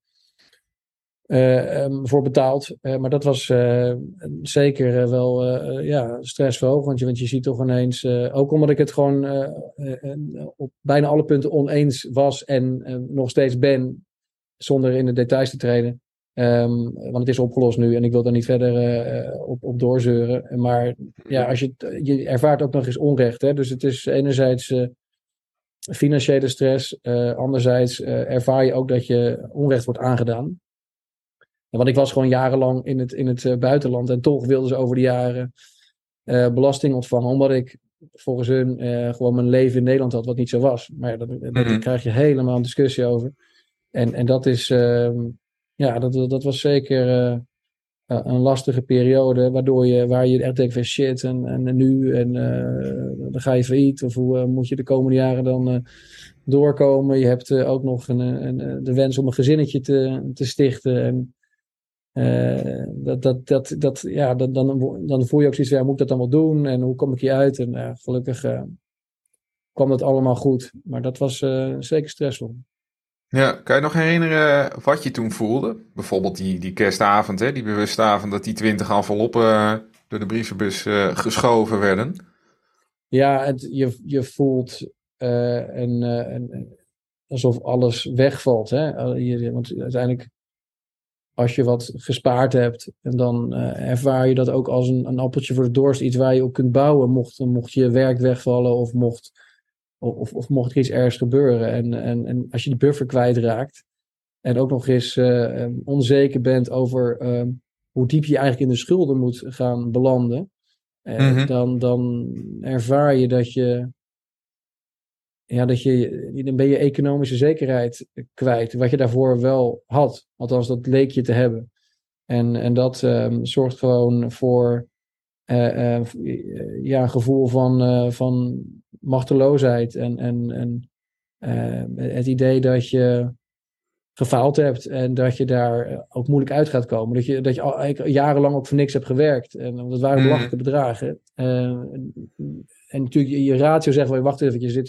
B: Uh, um, voor betaald. Uh, maar dat was uh, zeker uh, wel uh, ja, stressverhogend. Want je ziet toch ineens, uh, ook omdat ik het gewoon uh, uh, uh, op bijna alle punten oneens was en uh, nog steeds ben, zonder in de details te treden. Um, want het is opgelost nu en ik wil daar niet verder uh, op, op doorzeuren. Maar ja, als je, je ervaart ook nog eens onrecht. Hè? Dus het is enerzijds uh, financiële stress. Uh, anderzijds uh, ervaar je ook dat je onrecht wordt aangedaan. Want ik was gewoon jarenlang in het, in het uh, buitenland. En toch wilden ze over de jaren uh, belasting ontvangen. Omdat ik volgens hun uh, gewoon mijn leven in Nederland had. Wat niet zo was. Maar ja, dat, dat, mm-hmm. daar krijg je helemaal een discussie over. En, en dat is... Uh, ja, dat, dat was zeker uh, een lastige periode. Waardoor je, waar je echt denkt van shit. En, en nu. En uh, dan ga je failliet. Of hoe uh, moet je de komende jaren dan... Uh, doorkomen. Je hebt uh, ook nog een, een, de wens om een gezinnetje te, te stichten. En Uh, dat, dat, dat, dat, ja, dat, dan, dan voel je ook zoiets van, ja, moet ik dat dan wel doen? En hoe kom ik hier uit? En uh, gelukkig uh, kwam dat allemaal goed. Maar dat was uh, zeker stressvol.
A: Ja, kan je nog herinneren wat je toen voelde? Bijvoorbeeld die, die kerstavond, hè? Die bewuste avond dat die twintig enveloppen uh, door de brievenbus uh, geschoven werden.
B: Ja, het, je, je voelt uh, een, uh, een, alsof alles wegvalt. Hè? Je, want uiteindelijk... Als je wat gespaard hebt, en dan uh, ervaar je dat ook als een, een appeltje voor de dorst. Iets waar je op kunt bouwen, mocht, mocht je werk wegvallen of mocht, of, of mocht er iets ergs gebeuren. En, en, en als je die buffer kwijtraakt en ook nog eens uh, um, onzeker bent over um, hoe diep je eigenlijk in de schulden moet gaan belanden, uh, mm-hmm. dan, dan ervaar je dat je... Ja, dat je, dan ben je economische zekerheid kwijt. Wat je daarvoor wel had. Althans, dat leek je te hebben. En, en dat um, zorgt gewoon voor uh, uh, ja, een gevoel van, uh, van machteloosheid. En, en, en uh, het idee dat je gefaald hebt. En dat je daar ook moeilijk uit gaat komen. Dat je, dat je al, jarenlang ook voor niks hebt gewerkt. En dat waren belachelijke bedragen. Uh, en natuurlijk, je, je ratio zegt wel, wacht even, je zit...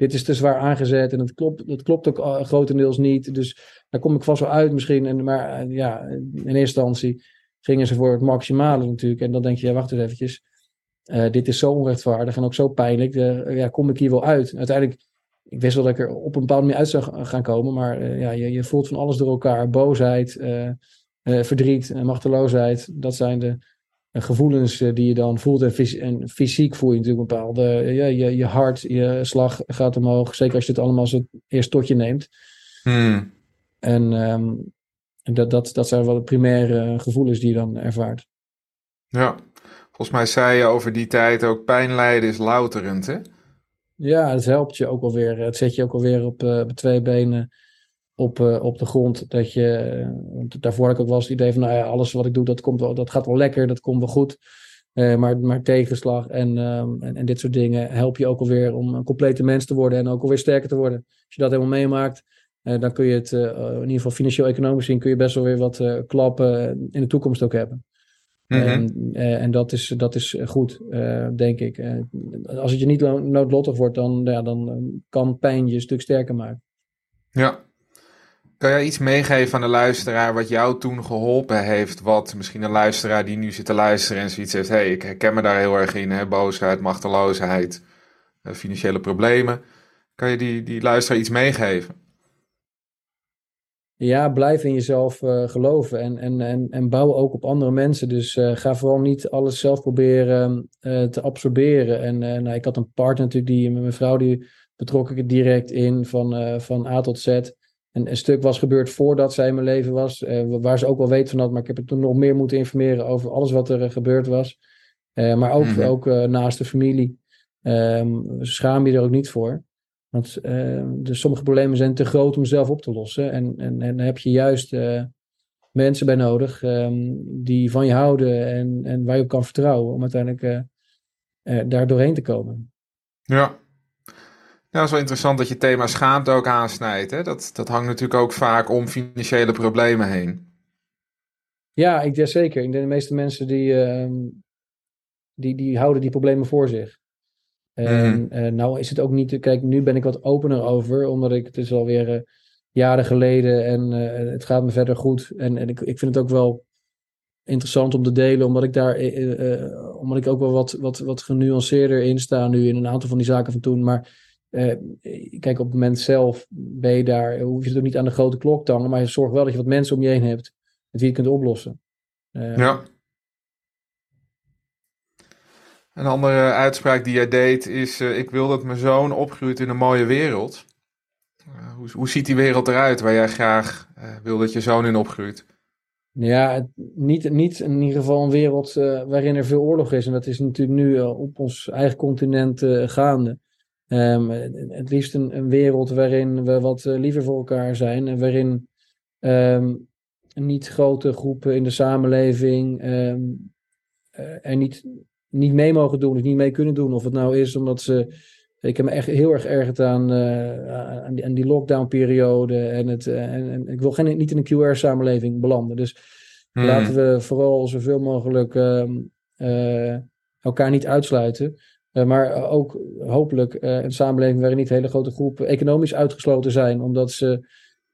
B: dit is te zwaar aangezet en het klopt, het klopt ook uh, grotendeels niet. Dus daar kom ik vast wel uit misschien. En, maar uh, ja, in eerste instantie gingen ze voor het maximale natuurlijk. En dan denk je, ja, wacht eens eventjes. Uh, dit is zo onrechtvaardig en ook zo pijnlijk. Uh, ja, kom ik hier wel uit? Uiteindelijk, ik wist wel dat ik er op een bepaalde manier uit zou gaan komen. Maar uh, ja, je, je voelt van alles door elkaar. Boosheid, uh, uh, verdriet en machteloosheid. Dat zijn de uh, gevoelens uh, die je dan voelt. En, fys- en fysiek voel je natuurlijk een bepaalde... Uh, ja, je, je hart, je slag gaat omhoog. Zeker als je het allemaal zo eerst tot je neemt.
A: Hmm.
B: En um, dat, dat, dat zijn wel de primaire gevoelens die je dan ervaart.
A: Ja, volgens mij zei je over die tijd ook pijn lijden is louterend, hè?
B: Ja, het helpt je ook alweer. Het zet je ook alweer op, uh, op twee benen op, uh, op de grond. Dat je, uh, daarvoor had ik ook wel eens het idee van, nou ja, alles wat ik doe, dat, komt wel, dat gaat wel lekker, dat komt wel goed. Uh, maar, maar tegenslag en, um, en, en dit soort dingen help je ook alweer om een complete mens te worden en ook alweer sterker te worden. Als je dat helemaal meemaakt, uh, dan kun je het, uh, in ieder geval financieel-economisch zien, kun je best wel weer wat uh, klappen in de toekomst ook hebben.
A: Mm-hmm.
B: En, uh, en dat is, dat is goed, uh, denk ik. Uh, als het je niet lo- noodlottig wordt, dan, ja, dan um, kan pijn je een stuk sterker maken.
A: Ja. Kan jij iets meegeven aan de luisteraar wat jou toen geholpen heeft? Wat misschien een luisteraar die nu zit te luisteren en zoiets heeft... hé, hey, ik herken me daar heel erg in, hè? Boosheid, machteloosheid, uh, financiële problemen. Kan je die, die luisteraar iets meegeven?
B: Ja, blijf in jezelf uh, geloven en, en, en, en bouw ook op andere mensen. Dus uh, ga vooral niet alles zelf proberen uh, te absorberen. En uh, nou, ik had een partner natuurlijk, die, met mijn vrouw, die betrok ik het direct in van, uh, van A tot Z. En een stuk was gebeurd voordat zij in mijn leven was, uh, waar ze ook wel weet van had. Maar ik heb het toen nog meer moeten informeren over alles wat er uh, gebeurd was. Uh, maar ook,
A: Mm-hmm.
B: ook uh, naast de familie. Um, schaam je er ook niet voor. Want uh, dus sommige problemen zijn te groot om zelf op te lossen. En, en, en daar heb je juist uh, mensen bij nodig um, die van je houden en, en waar je op kan vertrouwen. Om uiteindelijk uh, uh, daar doorheen te komen.
A: Ja. Ja, dat is wel interessant dat je thema schaamte ook aansnijdt. Hè? Dat, dat hangt natuurlijk ook vaak om financiële problemen heen.
B: Ja, ik denk zeker. Ik denk de meeste mensen die, uh, die, die houden die problemen voor zich. En
A: Mm-hmm.
B: uh, nou is het ook niet... Kijk, nu ben ik wat opener over. Omdat ik... Het is alweer uh, jaren geleden. En uh, het gaat me verder goed. En, en ik, ik vind het ook wel interessant om te delen. Omdat ik daar... Uh, uh, omdat ik ook wel wat, wat, wat genuanceerder in sta nu. In een aantal van die zaken van toen. Maar uh, kijk, op het moment zelf ben je daar... Hoef je het ook niet aan de grote klok te hangen. Maar je zorgt wel dat je wat mensen om je heen hebt. Met wie je kunt oplossen. Uh,
A: Ja. Een andere uitspraak die jij deed is... Uh, ik wil dat mijn zoon opgroeit in een mooie wereld. Uh, hoe, hoe ziet die wereld eruit waar jij graag uh, wil dat je zoon in opgroeit?
B: Ja, het, niet, niet in ieder geval een wereld uh, waarin er veel oorlog is. En dat is natuurlijk nu uh, op ons eigen continent uh, gaande. Um, het liefst een, een wereld waarin we wat uh, liever voor elkaar zijn. En waarin um, niet grote groepen in de samenleving um, uh, er niet, niet mee mogen doen. Of niet mee kunnen doen. Of het nou is omdat ze... Ik heb me echt heel erg ergerd aan, uh, aan, die, aan die lockdown-periode. En, het, uh, en, en ik wil geen, niet in een Q R-samenleving belanden. Dus hmm. laten we vooral zoveel mogelijk uh, uh, elkaar niet uitsluiten. Uh, maar ook hopelijk uh, een samenleving waarin niet hele grote groepen economisch uitgesloten zijn. Omdat ze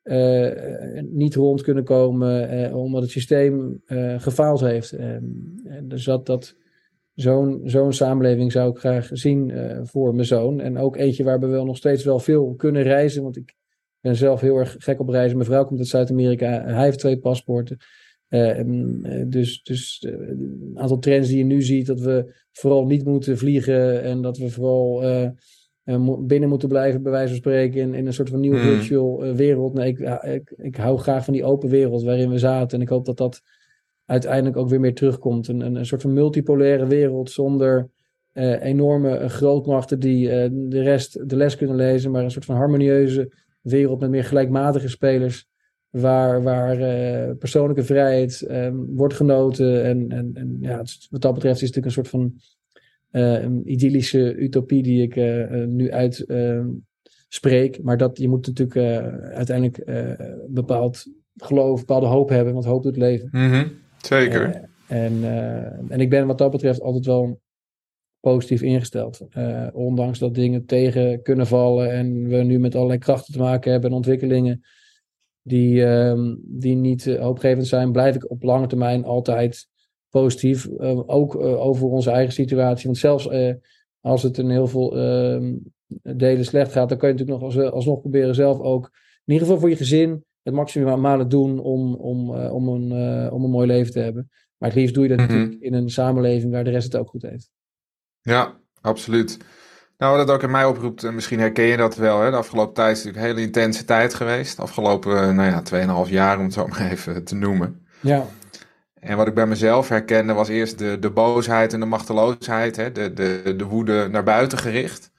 B: uh, niet rond kunnen komen. Uh, omdat het systeem uh, gefaald heeft. Uh, dus dat... dat Zo'n, zo'n samenleving zou ik graag zien uh, voor mijn zoon. En ook eentje waar we wel nog steeds wel veel kunnen reizen. Want ik ben zelf heel erg gek op reizen. Mijn vrouw komt uit Zuid-Amerika. Hij heeft twee paspoorten. Uh, en, uh, dus dus uh, een aantal trends die je nu ziet. Dat we vooral niet moeten vliegen. En dat we vooral uh, uh, binnen moeten blijven, bij wijze van spreken. In, in een soort van nieuwe
A: Hmm.
B: virtual uh, wereld. Nee, ik, uh, ik, ik hou graag van die open wereld waarin we zaten. En ik hoop dat dat uiteindelijk ook weer meer terugkomt. Een, een, een soort van multipolaire wereld zonder uh, enorme uh, grootmachten die uh, de rest de les kunnen lezen, maar een soort van harmonieuze wereld met meer gelijkmatige spelers, waar, waar uh, persoonlijke vrijheid um, wordt genoten. En, en, en ja, het, wat dat betreft is het natuurlijk een soort van uh, een idyllische utopie die ik uh, uh, nu uitspreek. Uh, maar dat, je moet natuurlijk uh, uiteindelijk uh, bepaald geloof, bepaalde hoop hebben, want hoop doet leven.
A: Mm-hmm. Zeker.
B: Uh, en, uh, en ik ben wat dat betreft altijd wel positief ingesteld. Uh, ondanks dat dingen tegen kunnen vallen en we nu met allerlei krachten te maken hebben en ontwikkelingen die, uh, die niet uh, hoopgevend zijn, blijf ik op lange termijn altijd positief. Uh, ook uh, over onze eigen situatie. Want zelfs uh, als het in heel veel uh, delen slecht gaat, dan kan je natuurlijk nog als, alsnog proberen zelf ook, in ieder geval voor je gezin, het maximale doen om, om, uh, om, een, uh, om een mooi leven te hebben. Maar het liefst doe je dat mm-hmm. natuurlijk in een samenleving waar de rest het ook goed heeft.
A: Ja, absoluut. Nou, wat dat ook in mij oproept, en misschien herken je dat wel, hè? De afgelopen tijd is natuurlijk een hele intense tijd geweest. De afgelopen, nou ja, tweeënhalf jaar, om het zo maar even te noemen.
B: Ja.
A: En wat ik bij mezelf herkende was eerst de, de boosheid en de machteloosheid, hè? De, de, de woede naar buiten gericht.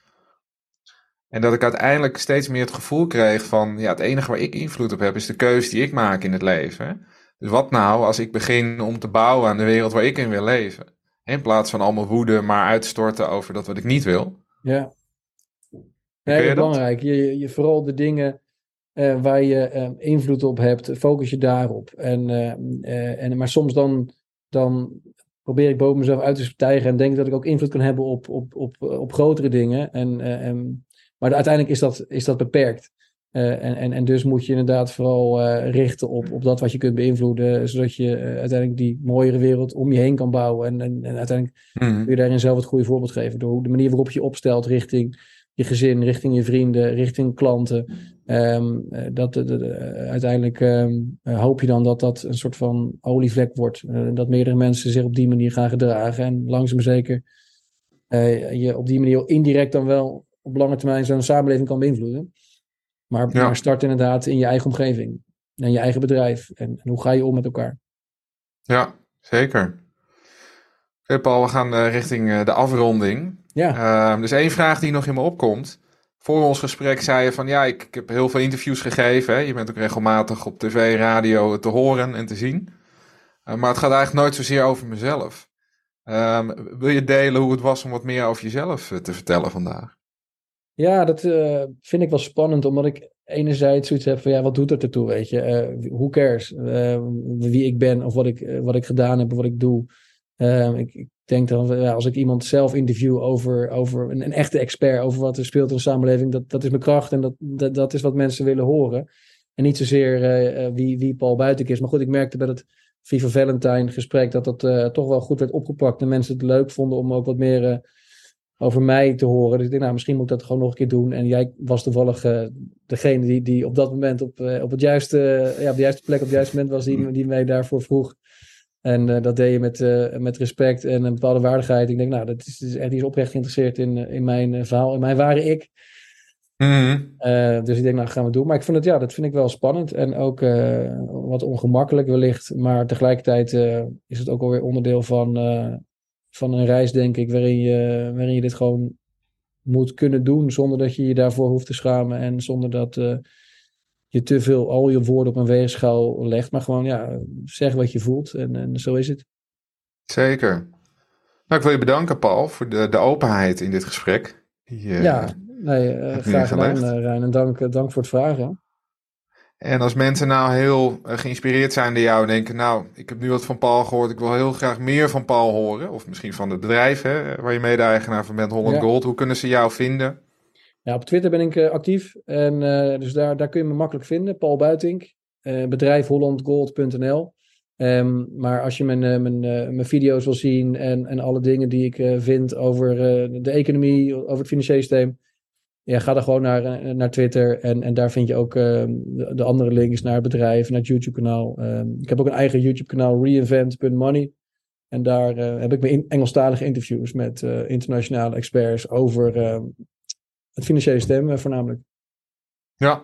A: En dat ik uiteindelijk steeds meer het gevoel kreeg van, ja, het enige waar ik invloed op heb is de keuze die ik maak in het leven. Hè? Dus wat nou als ik begin om te bouwen aan de wereld waar ik in wil leven? In plaats van allemaal woede maar uitstorten over dat wat ik niet wil.
B: Ja, ja, dat is belangrijk. Je, je, je vooral de dingen uh, waar je uh, invloed op hebt, focus je daarop. En, uh, uh, en, maar soms dan, dan probeer ik boven mezelf uit te stijgen en denk dat ik ook invloed kan hebben op, op, op, op grotere dingen. En, uh, en, maar uiteindelijk is dat, is dat beperkt. Uh, en, en, en dus moet je inderdaad vooral uh, richten op, op dat wat je kunt beïnvloeden, zodat je uh, uiteindelijk die mooiere wereld om je heen kan bouwen. En, en, en uiteindelijk mm-hmm. kun je daarin zelf het goede voorbeeld geven. Door de manier waarop je je opstelt richting je gezin, richting je vrienden, richting klanten. Um, dat, de, de, de, uiteindelijk um, hoop je dan dat dat een soort van olievlek wordt. Uh, dat meerdere mensen zich op die manier gaan gedragen. En langzaam maar zeker uh, je op die manier indirect dan wel op lange termijn zo'n samenleving kan beïnvloeden. Maar, ja. maar start inderdaad in je eigen omgeving. En je eigen bedrijf. En, en hoe ga je om met elkaar?
A: Ja, zeker. Oké, Paul, we gaan uh, richting uh, de afronding.
B: Ja.
A: Uh, dus één vraag die nog in me opkomt. Voor ons gesprek zei je van, ja, ik, ik heb heel veel interviews gegeven. Hè? Je bent ook regelmatig op tv, radio te horen en te zien. Uh, maar het gaat eigenlijk nooit zozeer over mezelf. Uh, wil je delen hoe het was om wat meer over jezelf uh, te vertellen vandaag?
B: Ja, dat uh, vind ik wel spannend, omdat ik enerzijds zoiets heb van, ja, wat doet het ertoe, weet je? Uh, who cares? Uh, wie ik ben of wat ik, uh, wat ik gedaan heb of wat ik doe. Uh, ik, ik denk dan, ja, als ik iemand zelf interview over, over een, een echte expert over wat er speelt in de samenleving, dat, dat is mijn kracht en dat, dat, dat is wat mensen willen horen. En niet zozeer uh, uh, wie, wie Paul Buiting is. Maar goed, ik merkte bij het Viva Valentine gesprek dat dat uh, toch wel goed werd opgepakt en mensen het leuk vonden om ook wat meer uh, over mij te horen. Dus ik denk, nou, misschien moet ik dat gewoon nog een keer doen. En jij was toevallig uh, degene die, die op dat moment op, uh, op, het juiste, uh, ja, op de juiste plek op het juiste moment was, die, die mij daarvoor vroeg. En uh, dat deed je met, uh, met respect en een bepaalde waardigheid. Ik denk, nou, dat is, dat is echt, die is oprecht geïnteresseerd in, uh, in mijn uh, verhaal, in mijn ware ik.
A: Mm-hmm.
B: Uh, dus ik denk, nou, gaan we doen. Maar ik vind het, ja, dat vind ik wel spannend. En ook uh, wat ongemakkelijk wellicht. Maar tegelijkertijd uh, is het ook alweer onderdeel van, uh, van een reis, denk ik, waarin je, waarin je dit gewoon moet kunnen doen, zonder dat je je daarvoor hoeft te schamen. En zonder dat uh, je te veel al je woorden op een weegschaal legt. Maar gewoon, ja, zeg wat je voelt. En, en zo is het.
A: Zeker. Nou, ik wil je bedanken, Paul, voor de, de openheid in dit gesprek. Die, uh,
B: ja, nee, uh, graag gedaan, uh, Rijn. En dank, uh, dank voor het vragen.
A: En als mensen nou heel uh, geïnspireerd zijn door jou en denken, nou, ik heb nu wat van Paul gehoord, ik wil heel graag meer van Paul horen. Of misschien van het bedrijf, hè, waar je mede-eigenaar van bent, Holland ja. Gold. Hoe kunnen ze jou vinden?
B: Ja, op Twitter ben ik uh, actief. En uh, dus daar, daar kun je me makkelijk vinden. Paul Buiting, uh, bedrijf holland gold punt n l. Um, maar als je mijn, uh, mijn, uh, mijn video's wil zien en, en alle dingen die ik uh, vind over uh, de economie, over het financiële systeem, ja, ga dan gewoon naar, uh, naar Twitter en, en daar vind je ook uh, de, de andere links naar het bedrijf, naar het YouTube-kanaal. Um, ik heb ook een eigen YouTube-kanaal, reinvent punt money. En daar uh, heb ik mijn in- Engelstalige interviews met uh, internationale experts over uh, het financiële systeem uh, voornamelijk.
A: Ja,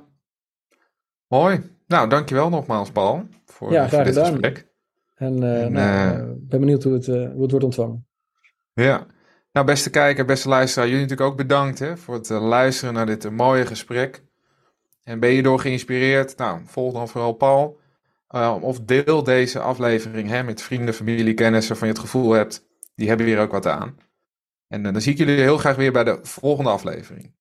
A: mooi. Nou, dankjewel nogmaals, Paul, voor,
B: ja,
A: voor dit
B: gedaan.
A: gesprek.
B: En, uh, en nou, uh, ben benieuwd hoe het, uh, hoe het wordt ontvangen.
A: Ja, nou beste kijker, beste luisteraar, jullie natuurlijk ook bedankt hè, voor het uh, luisteren naar dit uh, mooie gesprek. En ben je door geïnspireerd? Nou, volg dan vooral Paul. Uh, of deel deze aflevering hè, met vrienden, familie, kennissen van je het gevoel hebt, die hebben hier ook wat aan. En uh, dan zie ik jullie heel graag weer bij de volgende aflevering.